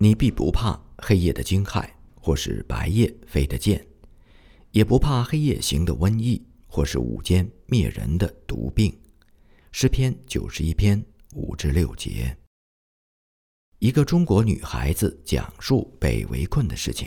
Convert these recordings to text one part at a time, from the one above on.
你必不怕黑夜的惊骇，或是白夜飞的箭，也不怕黑夜行的瘟疫，或是午间灭人的毒病。诗篇91篇5至6节。一个中国女孩子讲述被围困的事情。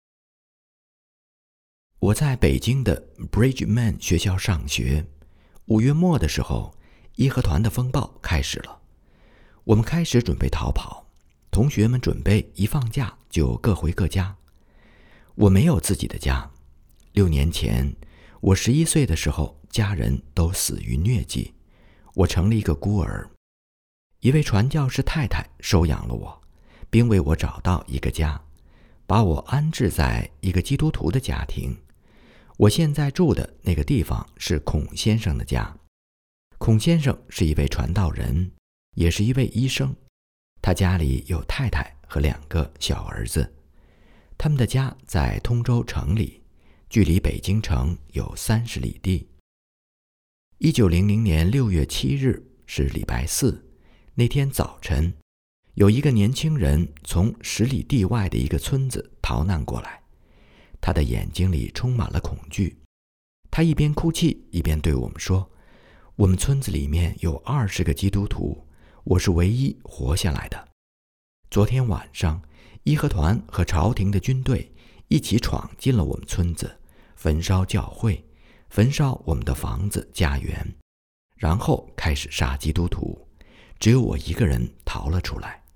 我在北京的 Bridgman 学校上学，5月末的时候，义和团的风暴开始了。我们开始准备逃跑，同学们准备一放假就各回各家。我没有自己的家。6年前，我11岁的时候，家人都死于疟疾，我成了一个孤儿。一位传教士太太收养了我，并为我找到一个家，把我安置在一个基督徒的家庭。我现在住的那个地方是孔先生的家。孔先生是一位传道人，也是一位医生。他家里有太太和2个小儿子。他们的家在通州城里，距离北京城有30里地。1900年6月7日是礼拜4，那天早晨，有一个年轻人从10里地外的一个村子逃难过来。他的眼睛里充满了恐惧，他一边哭泣一边对我们说：我们村子里面有20个基督徒，我是唯一活下来的。昨天晚上，义和团和朝廷的军队一起闯进了我们村子，焚烧教会，焚烧我们的房子家园，然后开始杀基督徒，只有我一个人逃了出来。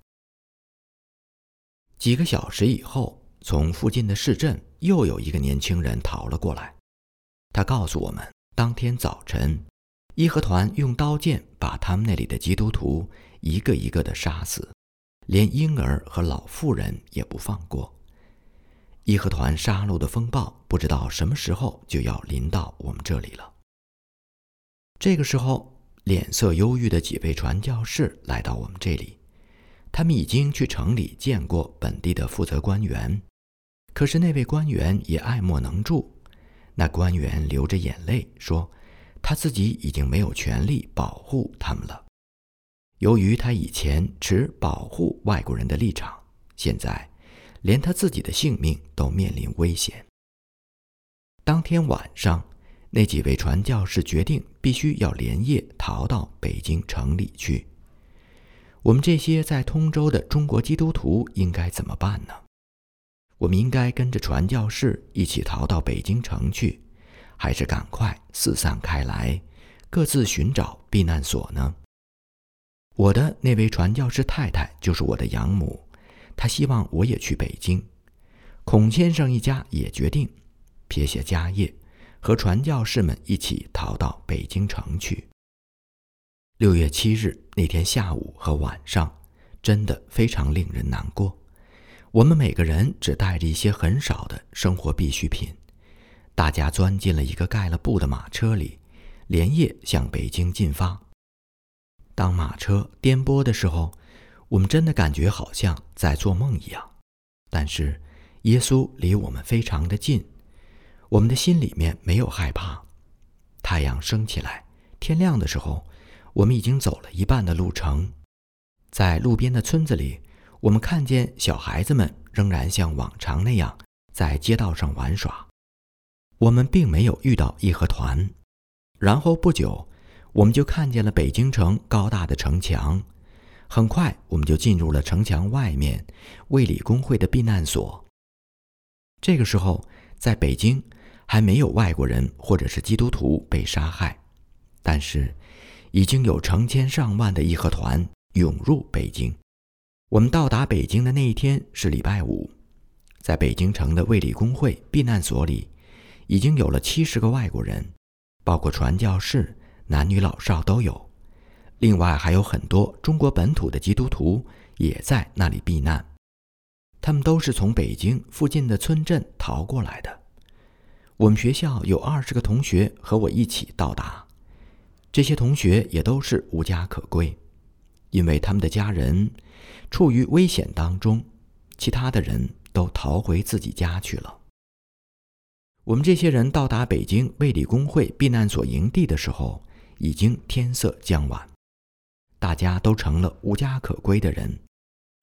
几个小时以后，从附近的市镇又有一个年轻人逃了过来。他告诉我们，当天早晨，义和团用刀剑把他们那里的基督徒一个一个的杀死，连婴儿和老妇人也不放过。义和团杀戮的风暴不知道什么时候就要临到我们这里了。这个时候，脸色忧郁的几位传教士来到我们这里，他们已经去城里见过本地的负责官员，可是那位官员也爱莫能助。那官员流着眼泪说，他自己已经没有权利保护他们了。由于他以前持保护外国人的立场，现在连他自己的性命都面临危险。当天晚上，那几位传教士决定必须要连夜逃到北京城里去。我们这些在通州的中国基督徒应该怎么办呢？我们应该跟着传教士一起逃到北京城去，还是赶快四散开来，各自寻找避难所呢？我的那位传教士太太就是我的养母，她希望我也去北京。孔先生一家也决定撇下家业，和传教士们一起逃到北京城去。6月7日那天下午和晚上，真的非常令人难过。我们每个人只带着一些很少的生活必需品，大家钻进了一个盖了布的马车里，连夜向北京进发。当马车颠簸的时候，我们真的感觉好像在做梦一样，但是耶稣离我们非常的近，我们的心里面没有害怕。太阳升起来，天亮的时候，我们已经走了一半的路程。在路边的村子里，我们看见小孩子们仍然像往常那样在街道上玩耍。我们并没有遇到义和团。然后不久，我们就看见了北京城高大的城墙。很快我们就进入了城墙外面卫理公会的避难所。这个时候，在北京还没有外国人或者是基督徒被杀害，但是已经有成千上万的义和团涌入北京。我们到达北京的那一天是礼拜5，在北京城的卫理公会避难所里，已经有了70个外国人，包括传教士，男女老少都有。另外还有很多中国本土的基督徒也在那里避难，他们都是从北京附近的村镇逃过来的。我们学校有20个同学和我一起到达，这些同学也都是无家可归，因为他们的家人处于危险当中，其他的人都逃回自己家去了。我们这些人到达北京卫理公会避难所营地的时候，已经天色将晚，大家都成了无家可归的人。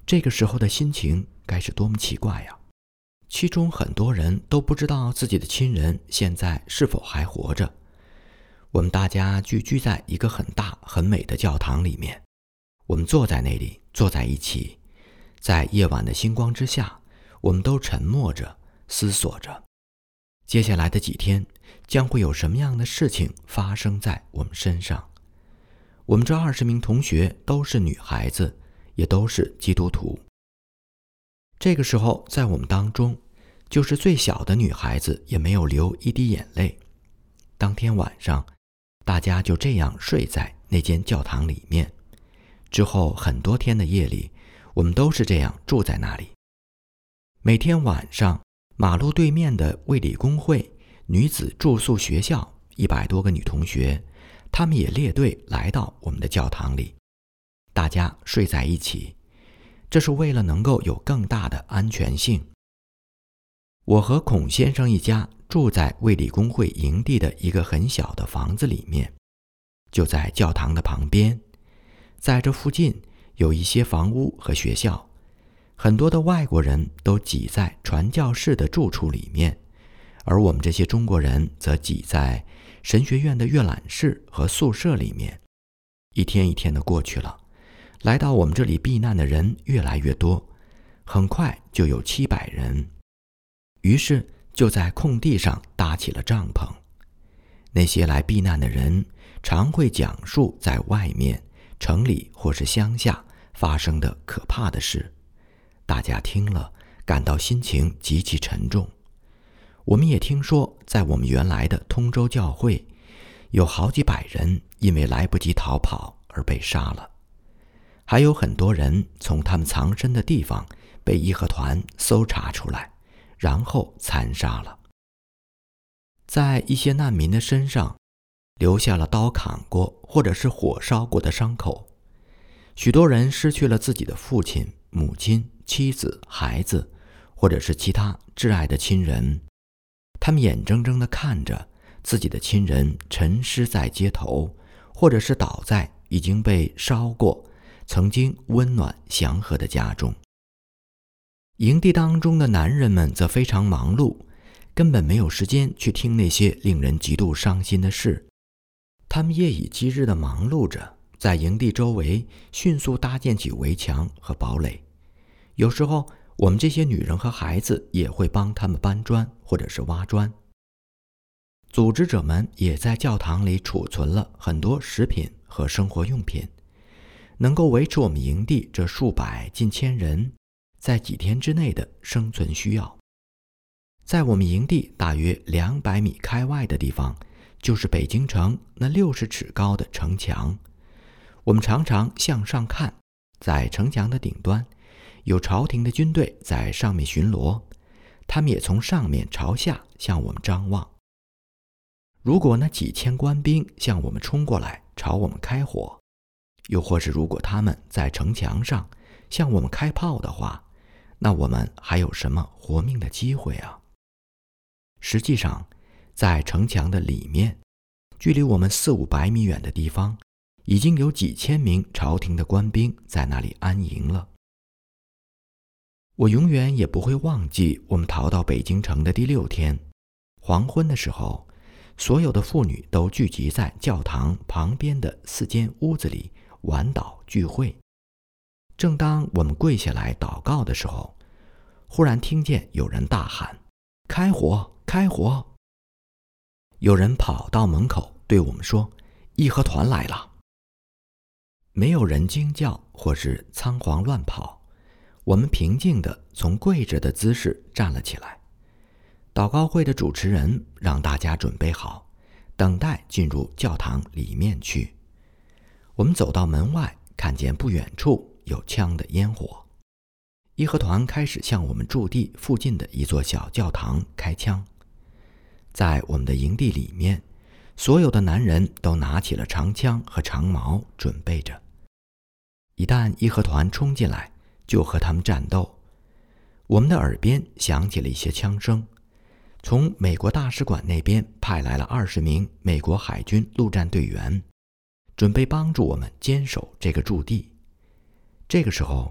这个时候的心情该是多么奇怪呀！其中很多人都不知道自己的亲人现在是否还活着。我们大家聚居在一个很大很美的教堂里面，我们坐在那里，坐在一起，在夜晚的星光之下，我们都沉默着，思索着接下来的几天将会有什么样的事情发生在我们身上。我们这20名同学都是女孩子，也都是基督徒。这个时候在我们当中，就是最小的女孩子也没有流一滴眼泪。当天晚上，大家就这样睡在那间教堂里面。之后很多天的夜里，我们都是这样住在那里。每天晚上，马路对面的卫理公会女子住宿学校100多个女同学，她们也列队来到我们的教堂里，大家睡在一起，这是为了能够有更大的安全性。我和孔先生一家住在卫理公会营地的一个很小的房子里面，就在教堂的旁边。在这附近有一些房屋和学校，很多的外国人都挤在传教士的住处里面，而我们这些中国人则挤在神学院的阅览室和宿舍里面。一天一天的过去了，来到我们这里避难的人越来越多，很快就有700人。于是就在空地上搭起了帐篷。那些来避难的人常会讲述在外面城里或是乡下发生的可怕的事，大家听了感到心情极其沉重。我们也听说在我们原来的通州教会有好几百人因为来不及逃跑而被杀了，还有很多人从他们藏身的地方被义和团搜查出来，然后残杀了。在一些难民的身上留下了刀砍过或者是火烧过的伤口，许多人失去了自己的父亲、母亲、妻子、孩子，或者是其他挚爱的亲人。他们眼睁睁地看着自己的亲人沉尸在街头，或者是倒在已经被烧过、曾经温暖祥和的家中。营地当中的男人们则非常忙碌，根本没有时间去听那些令人极度伤心的事。他们夜以继日地忙碌着，在营地周围迅速搭建起围墙和堡垒。有时候我们这些女人和孩子也会帮他们搬砖或者是挖砖。组织者们也在教堂里储存了很多食品和生活用品，能够维持我们营地这数百近千人在几天之内的生存需要。在我们营地大约200米开外的地方，就是北京城那60尺高的城墙。我们常常向上看，在城墙的顶端有朝廷的军队在上面巡逻，他们也从上面朝下向我们张望。如果那几千官兵向我们冲过来朝我们开火，又或是如果他们在城墙上向我们开炮的话，那我们还有什么活命的机会啊？实际上，在城墙的里面，距离我们400-500米远的地方，已经有几千名朝廷的官兵在那里安营了。我永远也不会忘记我们逃到北京城的第6天，黄昏的时候，所有的妇女都聚集在教堂旁边的4间屋子里晚祷聚会。正当我们跪下来祷告的时候，忽然听见有人大喊：开火！开火！有人跑到门口对我们说：义和团来了。没有人惊叫或是仓皇乱跑，我们平静地从跪着的姿势站了起来。祷告会的主持人让大家准备好，等待进入教堂里面去。我们走到门外，看见不远处有枪的烟火。义和团开始向我们驻地附近的一座小教堂开枪。在我们的营地里面，所有的男人都拿起了长枪和长矛准备着，一旦义和团冲进来，就和他们战斗。我们的耳边响起了一些枪声，从美国大使馆那边派来了20名美国海军陆战队员，准备帮助我们坚守这个驻地。这个时候，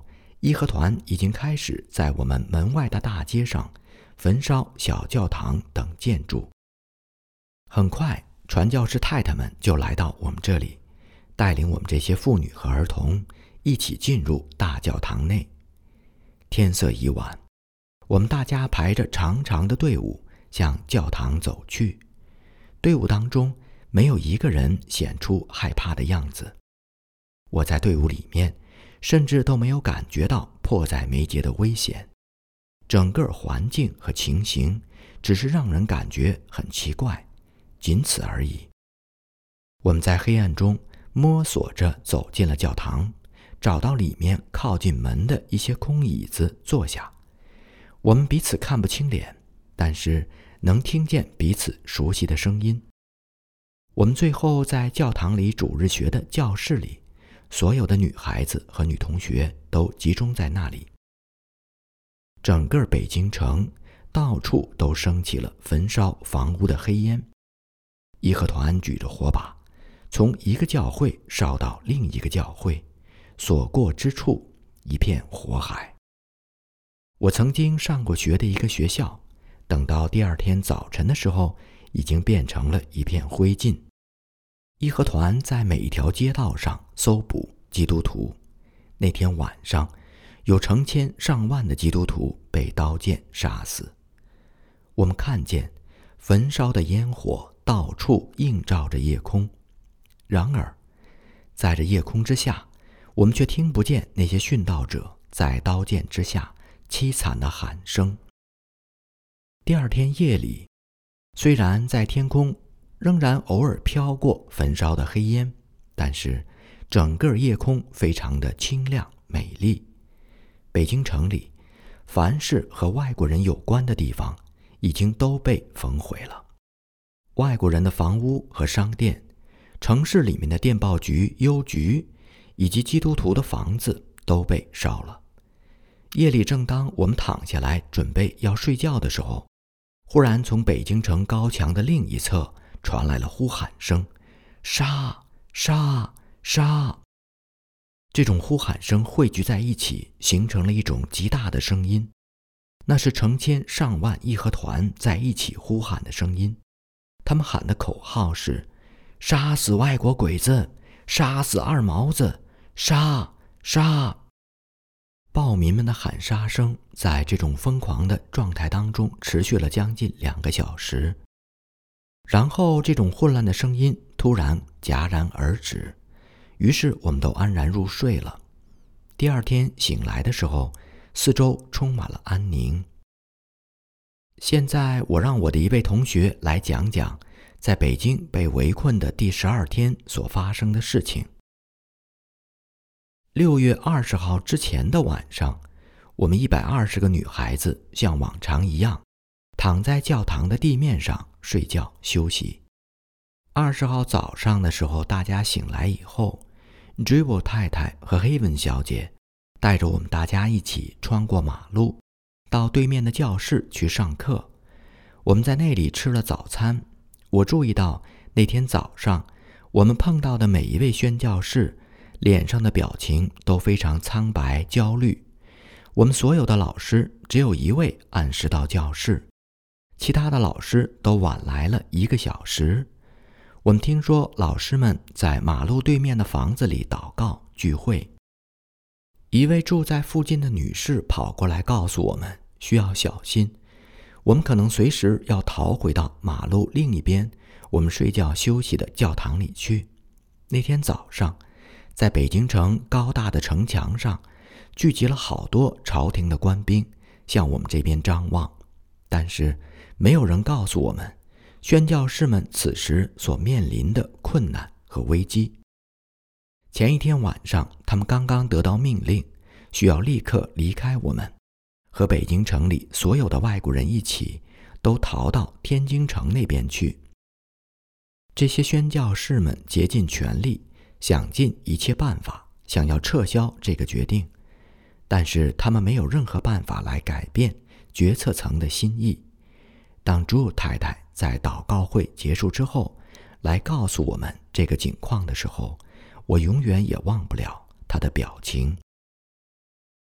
义和团已经开始在我们门外的大街上焚烧小教堂等建筑。很快，传教士太太们就来到我们这里，带领我们这些妇女和儿童一起进入大教堂内。天色已晚，我们大家排着长长的队伍向教堂走去。队伍当中没有一个人显出害怕的样子。我在队伍里面，甚至都没有感觉到迫在眉睫的危险。整个环境和情形只是让人感觉很奇怪，仅此而已。我们在黑暗中摸索着走进了教堂，找到里面靠近门的一些空椅子坐下。我们彼此看不清脸，但是能听见彼此熟悉的声音。我们最后在教堂里主日学的教室里，所有的女孩子和女同学都集中在那里。整个北京城到处都升起了焚烧房屋的黑烟。义和团举着火把，从一个教会烧到另一个教会，所过之处一片火海。我曾经上过学的一个学校，等到第二天早晨的时候，已经变成了一片灰烬。义和团在每一条街道上搜捕基督徒。那天晚上，有成千上万的基督徒被刀剑杀死。我们看见焚烧的烟火到处映照着夜空，然而在这夜空之下，我们却听不见那些殉道者在刀剑之下凄惨的喊声。第二天夜里，虽然在天空仍然偶尔飘过焚烧的黑烟，但是整个夜空非常的清亮美丽。北京城里，凡是和外国人有关的地方已经都被焚毁了。外国人的房屋和商店，城市里面的电报局、邮局，以及基督徒的房子都被烧了。夜里正当我们躺下来准备要睡觉的时候，忽然从北京城高墙的另一侧传来了呼喊声：杀！杀！杀！这种呼喊声汇聚在一起，形成了一种极大的声音，那是成千上万义和团在一起呼喊的声音。他们喊的口号是：杀死外国鬼子！杀死二毛子！杀！杀！暴民们的喊杀声在这种疯狂的状态当中持续了将近2个小时，然后这种混乱的声音突然戛然而止，于是我们都安然入睡了。第二天醒来的时候，四周充满了安宁。现在我让我的一位同学来讲讲在北京被围困的第12天所发生的事情。6月20号之前的晚上，我们120个女孩子像往常一样躺在教堂的地面上睡觉休息。20号早上的时候，大家醒来以后， Dribble 太太和 Haven 小姐带着我们大家一起穿过马路，到对面的教室去上课。我们在那里吃了早餐。我注意到那天早上我们碰到的每一位宣教士脸上的表情都非常苍白焦虑。我们所有的老师只有一位按时到教室，其他的老师都晚来了1个小时。我们听说老师们在马路对面的房子里祷告聚会。一位住在附近的女士跑过来告诉我们需要小心，我们可能随时要逃回到马路另一边我们睡觉休息的教堂里去。那天早上，在北京城高大的城墙上聚集了好多朝廷的官兵向我们这边张望，但是没有人告诉我们宣教士们此时所面临的困难和危机。前一天晚上，他们刚刚得到命令，需要立刻离开我们，和北京城里所有的外国人一起都逃到天津城那边去。这些宣教士们竭尽全力，想尽一切办法，想要撤销这个决定，但是他们没有任何办法来改变决策层的心意。当朱太太在祷告会结束之后来告诉我们这个情况的时候，我永远也忘不了她的表情。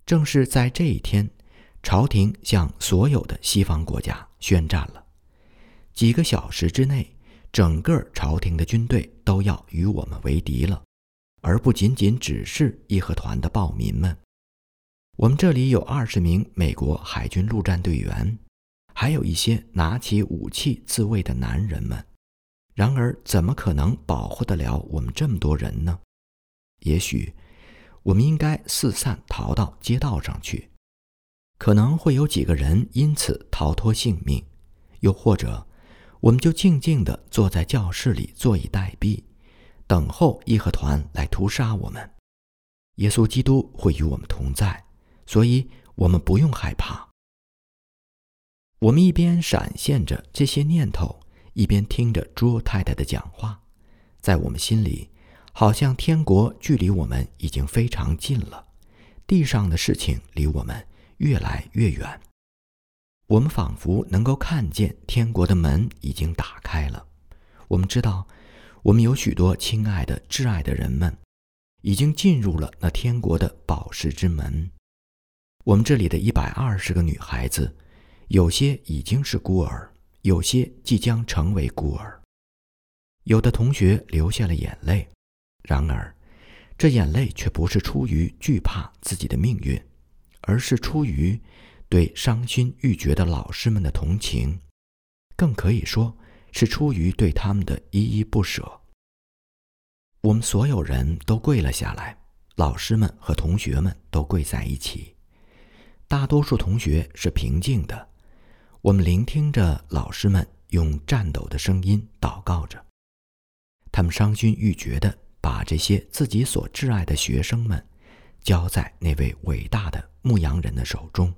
正是在这一天，朝廷向所有的西方国家宣战了。几个小时之内，整个朝廷的军队都要与我们为敌了，而不仅仅只是义和团的暴民们。我们这里有20名美国海军陆战队员，还有一些拿起武器自卫的男人们。然而怎么可能保护得了我们这么多人呢？也许我们应该四散逃到街道上去，可能会有几个人因此逃脱性命，又或者我们就静静地坐在教室里坐以待毙，等候义和团来屠杀我们。耶稣基督会与我们同在，所以我们不用害怕。我们一边闪现着这些念头，一边听着朱太太的讲话，在我们心里，好像天国距离我们已经非常近了，地上的事情离我们越来越远。我们仿佛能够看见天国的门已经打开了。我们知道，我们有许多亲爱的、挚爱的人们，已经进入了那天国的宝石之门。我们这里的120个女孩子，有些已经是孤儿，有些即将成为孤儿。有的同学流下了眼泪，然而这眼泪却不是出于惧怕自己的命运，而是出于对伤心欲绝的老师们的同情，更可以说是出于对他们的依依不舍。我们所有人都跪了下来，老师们和同学们都跪在一起。大多数同学是平静的，我们聆听着老师们用颤抖的声音祷告着，他们伤心欲绝地把这些自己所挚爱的学生们交在那位伟大的牧羊人的手中。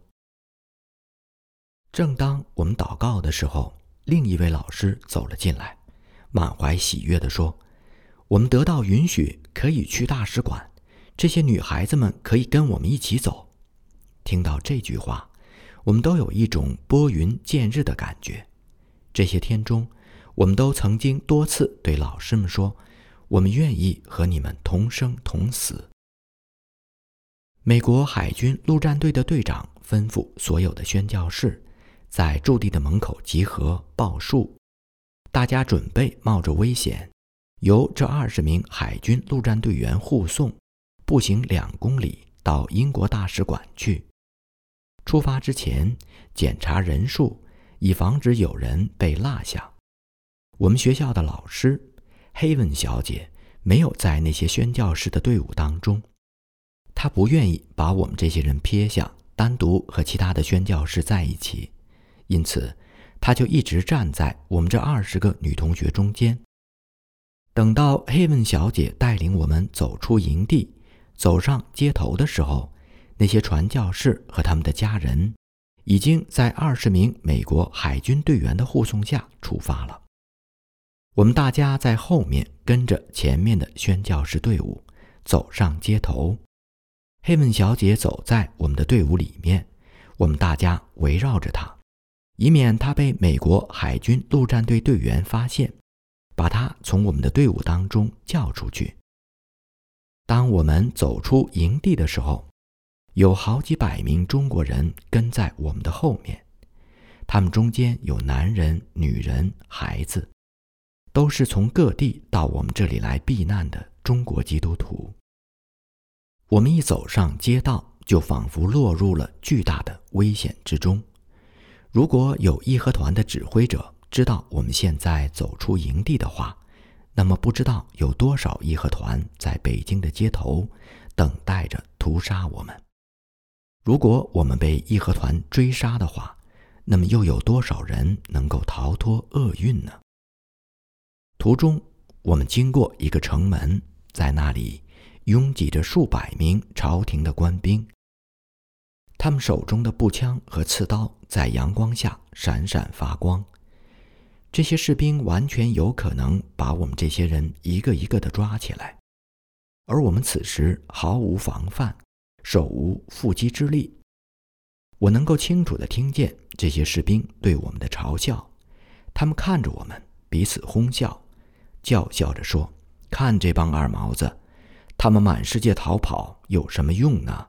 正当我们祷告的时候，另一位老师走了进来，满怀喜悦地说：我们得到允许可以去大使馆，这些女孩子们可以跟我们一起走。听到这句话，我们都有一种拨云见日的感觉。这些天中，我们都曾经多次对老师们说，我们愿意和你们同生同死。美国海军陆战队的队长吩咐所有的宣教士在驻地的门口集合报数，大家准备冒着危险，由这20名海军陆战队员护送，步行2公里到英国大使馆去。出发之前检查人数，以防止有人被落下。我们学校的老师黑文小姐没有在那些宣教士的队伍当中，她不愿意把我们这些人撇下，单独和其他的宣教士在一起，因此她就一直站在我们这20个女同学中间。等到黑文小姐带领我们走出营地，走上街头的时候，那些传教士和他们的家人已经在20名美国海军队员的护送下出发了。我们大家在后面跟着前面的宣教士队伍走上街头，黑文小姐走在我们的队伍里面，我们大家围绕着她，以免她被美国海军陆战队队员发现，把她从我们的队伍当中叫出去。当我们走出营地的时候，有好几百名中国人跟在我们的后面，他们中间有男人、女人、孩子，都是从各地到我们这里来避难的中国基督徒。我们一走上街道，就仿佛落入了巨大的危险之中。如果有义和团的指挥者知道我们现在走出营地的话，那么不知道有多少义和团在北京的街头等待着屠杀我们。如果我们被义和团追杀的话，那么又有多少人能够逃脱厄运呢？途中我们经过一个城门，在那里拥挤着数百名朝廷的官兵，他们手中的步枪和刺刀在阳光下闪闪发光。这些士兵完全有可能把我们这些人一个一个地抓起来，而我们此时毫无防范，手无缚鸡之力。我能够清楚地听见这些士兵对我们的嘲笑，他们看着我们，彼此哄笑，叫嚣着说：看这帮二毛子，他们满世界逃跑有什么用呢？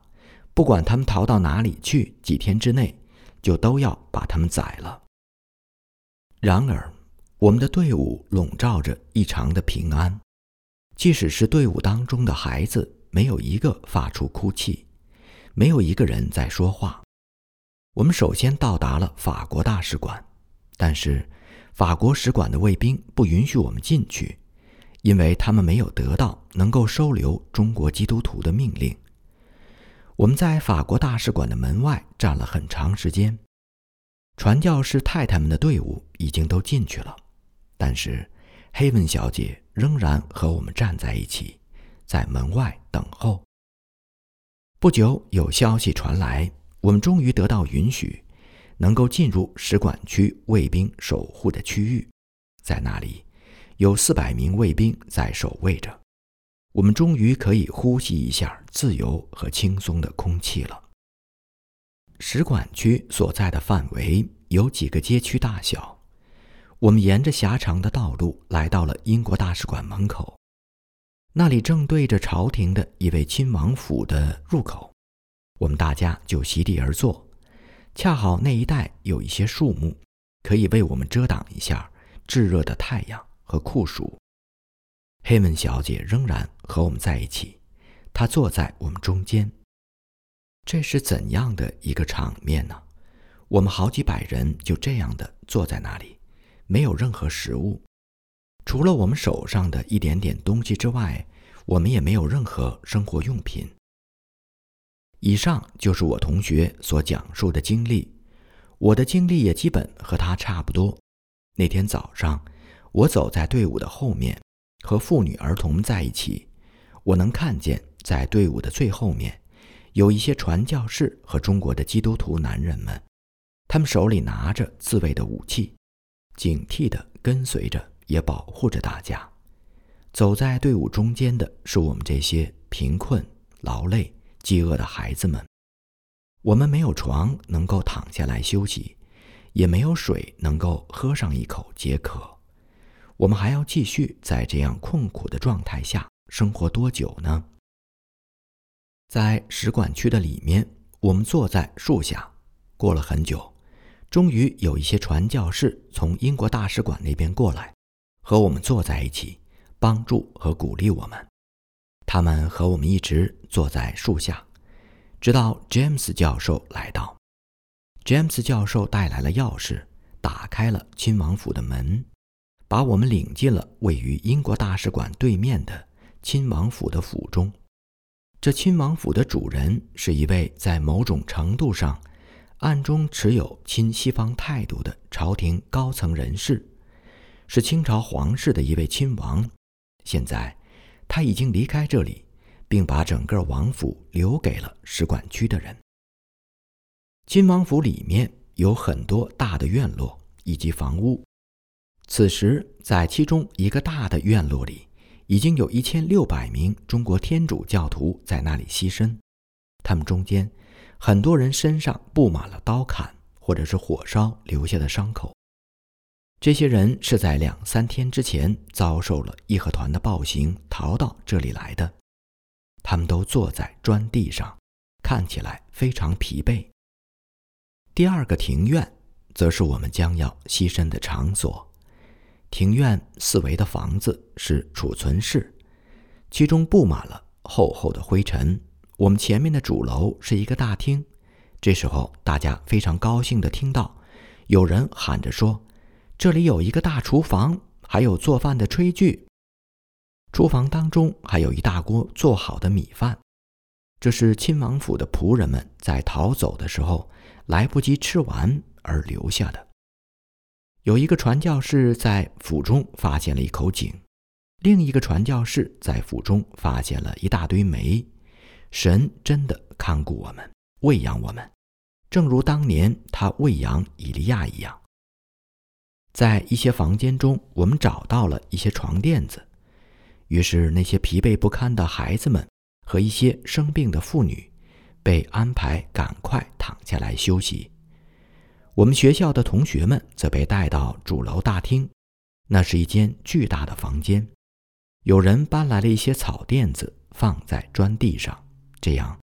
不管他们逃到哪里去，几天之内就都要把他们宰了。然而，我们的队伍笼罩着异常的平安，即使是队伍当中的孩子，没有一个发出哭泣，没有一个人在说话。我们首先到达了法国大使馆，但是法国使馆的卫兵不允许我们进去，因为他们没有得到能够收留中国基督徒的命令。我们在法国大使馆的门外站了很长时间，传教士太太们的队伍已经都进去了，但是黑文小姐仍然和我们站在一起，在门外等候。不久有消息传来，我们终于得到允许，能够进入使馆区卫兵守护的区域。在那里有400名卫兵在守卫着，我们终于可以呼吸一下自由和轻松的空气了。使馆区所在的范围有几个街区大小，我们沿着狭长的道路来到了英国大使馆门口，那里正对着朝廷的一位亲王府的入口，我们大家就席地而坐，恰好那一带有一些树木，可以为我们遮挡一下炙热的太阳和酷暑。黑文小姐仍然和我们在一起，她坐在我们中间。这是怎样的一个场面呢？我们好几百人就这样的坐在那里，没有任何食物，除了我们手上的一点点东西之外，我们也没有任何生活用品。以上就是我同学所讲述的经历，我的经历也基本和他差不多。那天早上，我走在队伍的后面，和妇女儿童们在一起，我能看见在队伍的最后面有一些传教士和中国的基督徒男人们，他们手里拿着自卫的武器，警惕地跟随着也保护着大家。走在队伍中间的是我们这些贫困、劳累、饥饿的孩子们。我们没有床能够躺下来休息，也没有水能够喝上一口解渴。我们还要继续在这样困苦的状态下生活多久呢？在使馆区的里面，我们坐在树下，过了很久，终于有一些传教士从英国大使馆那边过来，和我们坐在一起，帮助和鼓励我们。他们和我们一直坐在树下，直到 James 教授来到。James 教授带来了钥匙，打开了亲王府的门，把我们领进了位于英国大使馆对面的亲王府的府中。这亲王府的主人是一位在某种程度上暗中持有亲西方态度的朝廷高层人士，是清朝皇室的一位亲王。现在他已经离开这里，并把整个王府留给了使馆区的人。亲王府里面有很多大的院落以及房屋，此时在其中一个大的院落里，已经有1600名中国天主教徒在那里栖身。他们中间很多人身上布满了刀砍或者是火烧留下的伤口，这些人是在2-3天之前遭受了义和团的暴行逃到这里来的。他们都坐在砖地上，看起来非常疲惫。第二个庭院则是我们将要栖身的场所。庭院四围的房子是储存室，其中布满了厚厚的灰尘。我们前面的主楼是一个大厅，这时候大家非常高兴地听到有人喊着说，这里有一个大厨房，还有做饭的炊具。厨房当中还有一大锅做好的米饭，这是亲王府的仆人们在逃走的时候来不及吃完而留下的。有一个传教士在府中发现了一口井，另一个传教士在府中发现了一大堆煤。神真的看顾我们，喂养我们，正如当年他喂养以利亚一样。在一些房间中，我们找到了一些床垫子，于是那些疲惫不堪的孩子们和一些生病的妇女被安排赶快躺下来休息。我们学校的同学们则被带到主楼大厅，那是一间巨大的房间，有人搬来了一些草垫子放在砖地上，这样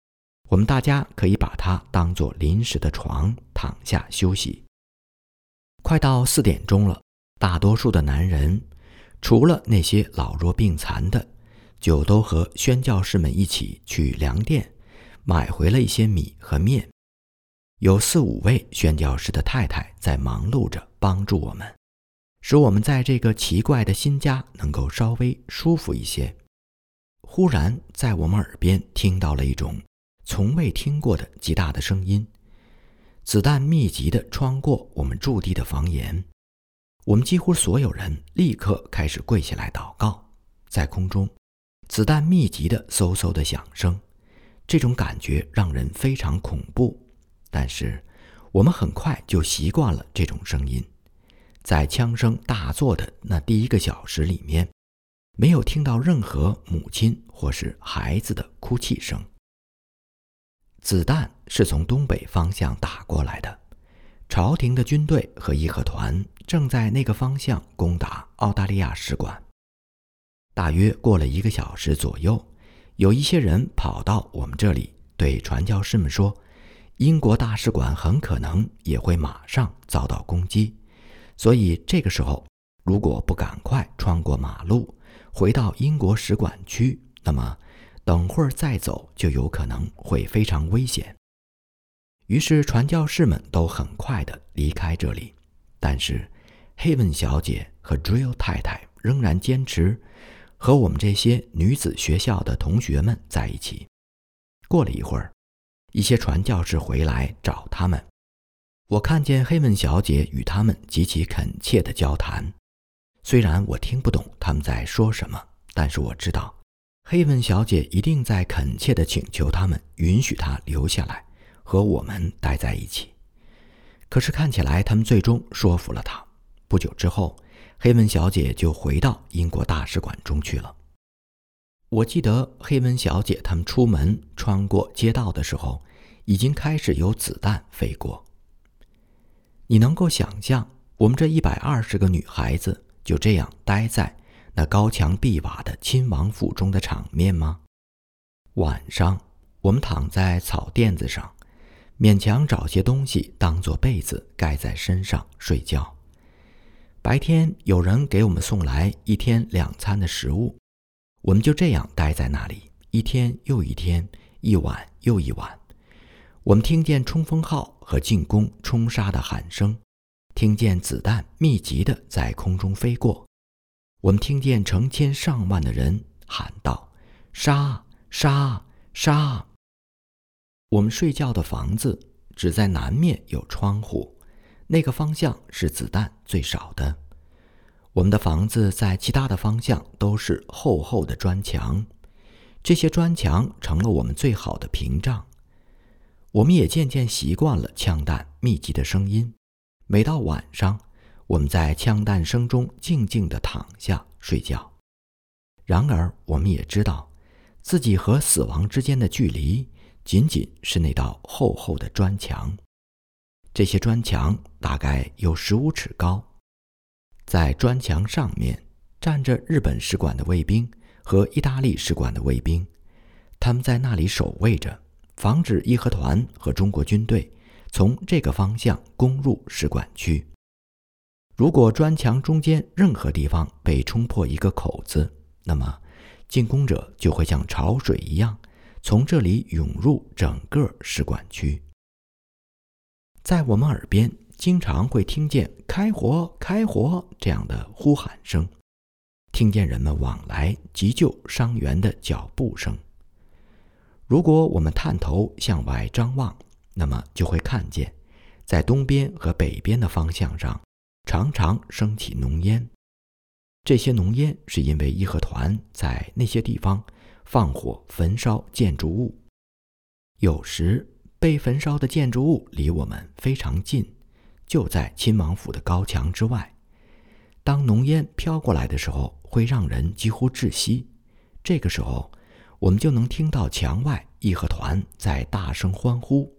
我们大家可以把它当作临时的床，躺下休息。快到4点钟了，大多数的男人，除了那些老弱病残的，就都和宣教士们一起去粮店买回了一些米和面。有4、5位宣教士的太太在忙碌着帮助我们，使我们在这个奇怪的新家能够稍微舒服一些。忽然在我们耳边听到了一种从未听过的极大的声音，子弹密集地穿过我们驻地的房檐。我们几乎所有人立刻开始跪下来祷告。在空中，子弹密集的嗖嗖的响声，这种感觉让人非常恐怖，但是我们很快就习惯了这种声音。在枪声大作的那第1个小时里面，没有听到任何母亲或是孩子的哭泣声。子弹是从东北方向打过来的，朝廷的军队和义和团正在那个方向攻打澳大利亚使馆。大约过了1个小时左右，有一些人跑到我们这里，对传教士们说，英国大使馆很可能也会马上遭到攻击，所以这个时候如果不赶快穿过马路回到英国使馆区，那么等会儿再走就有可能会非常危险。于是传教士们都很快地离开这里，但是黑文小姐和 Drill 太太仍然坚持和我们这些女子学校的同学们在一起。过了一会儿，一些传教士回来找他们，我看见黑文小姐与他们极其恳切地交谈。虽然我听不懂他们在说什么，但是我知道黑文小姐一定在恳切地请求他们允许她留下来和我们待在一起。可是看起来他们最终说服了她。不久之后，黑文小姐就回到英国大使馆中去了。我记得黑文小姐他们出门穿过街道的时候，已经开始有子弹飞过。你能够想象我们这120个女孩子就这样待在那高墙碧瓦的亲王府中的场面吗？晚上我们躺在草垫子上，勉强找些东西当作被子盖在身上睡觉。白天有人给我们送来1天2餐的食物，我们就这样待在那里，1天又1天，1晚又1晚。我们听见冲锋号和进攻冲杀的喊声，听见子弹密集地在空中飞过，我们听见成千上万的人喊道：杀！杀！杀！我们睡觉的房子只在南面有窗户，那个方向是子弹最少的。我们的房子在其他的方向都是厚厚的砖墙，这些砖墙成了我们最好的屏障。我们也渐渐习惯了枪弹密集的声音，每到晚上，我们在枪弹声中静静地躺下睡觉。然而我们也知道自己和死亡之间的距离仅仅是那道厚厚的砖墙。这些砖墙大概有15尺高，在砖墙上面站着日本使馆的卫兵和意大利使馆的卫兵，他们在那里守卫着，防止义和团和中国军队从这个方向攻入使馆区。如果砖墙中间任何地方被冲破一个口子，那么进攻者就会像潮水一样从这里涌入整个使馆区。在我们耳边经常会听见开火开火这样的呼喊声，听见人们往来急救伤员的脚步声。如果我们探头向外张望，那么就会看见在东边和北边的方向上常常升起浓烟。这些浓烟是因为义和团在那些地方放火焚烧建筑物，有时被焚烧的建筑物离我们非常近，就在亲王府的高墙之外。当浓烟飘过来的时候，会让人几乎窒息。这个时候我们就能听到墙外义和团在大声欢呼。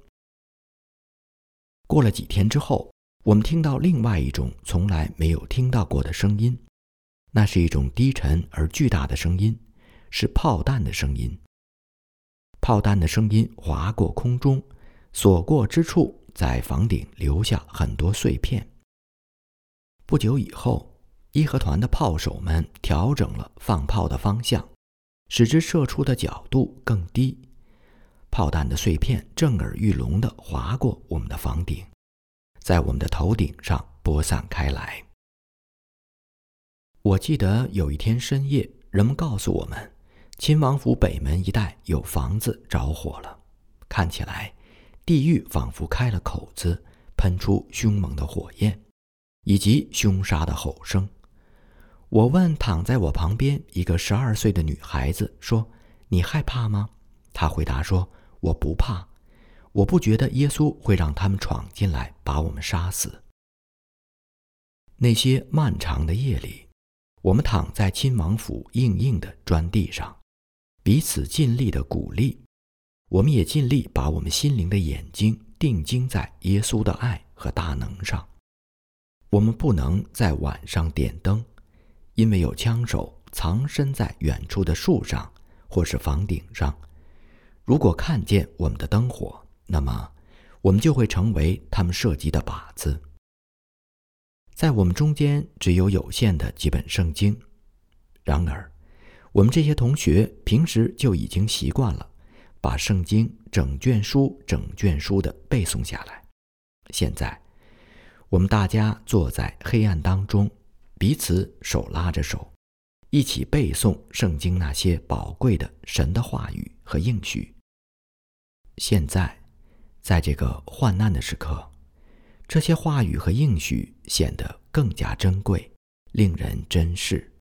过了几天之后，我们听到另外一种从来没有听到过的声音，那是一种低沉而巨大的声音，是炮弹的声音。 炮弹的声音划过空中，所过之处在房顶留下很多碎片。不久以后，义和团的炮手们调整了放炮的方向，使之射出的角度更低。炮弹的碎片震耳欲聋地划过我们的房顶，在我们的头顶上播散开来。我记得有一天深夜，人们告诉我们，亲王府北门一带有房子着火了，看起来地狱仿佛开了口子，喷出凶猛的火焰，以及凶杀的吼声。我问躺在我旁边一个12岁的女孩子说：“你害怕吗？”她回答说：“我不怕，我不觉得耶稣会让他们闯进来把我们杀死。”那些漫长的夜里，我们躺在亲王府硬硬的砖地上，彼此尽力的鼓励，我们也尽力把我们心灵的眼睛定睛在耶稣的爱和大能上。我们不能在晚上点灯，因为有枪手藏身在远处的树上或是房顶上，如果看见我们的灯火，那么我们就会成为他们射击的靶子。在我们中间只有有限的几本圣经，然而我们这些同学平时就已经习惯了把圣经整卷书的背诵下来。现在我们大家坐在黑暗当中，彼此手拉着手，一起背诵圣经那些宝贵的神的话语和应许。现在在这个患难的时刻，这些话语和应许显得更加珍贵，令人珍视。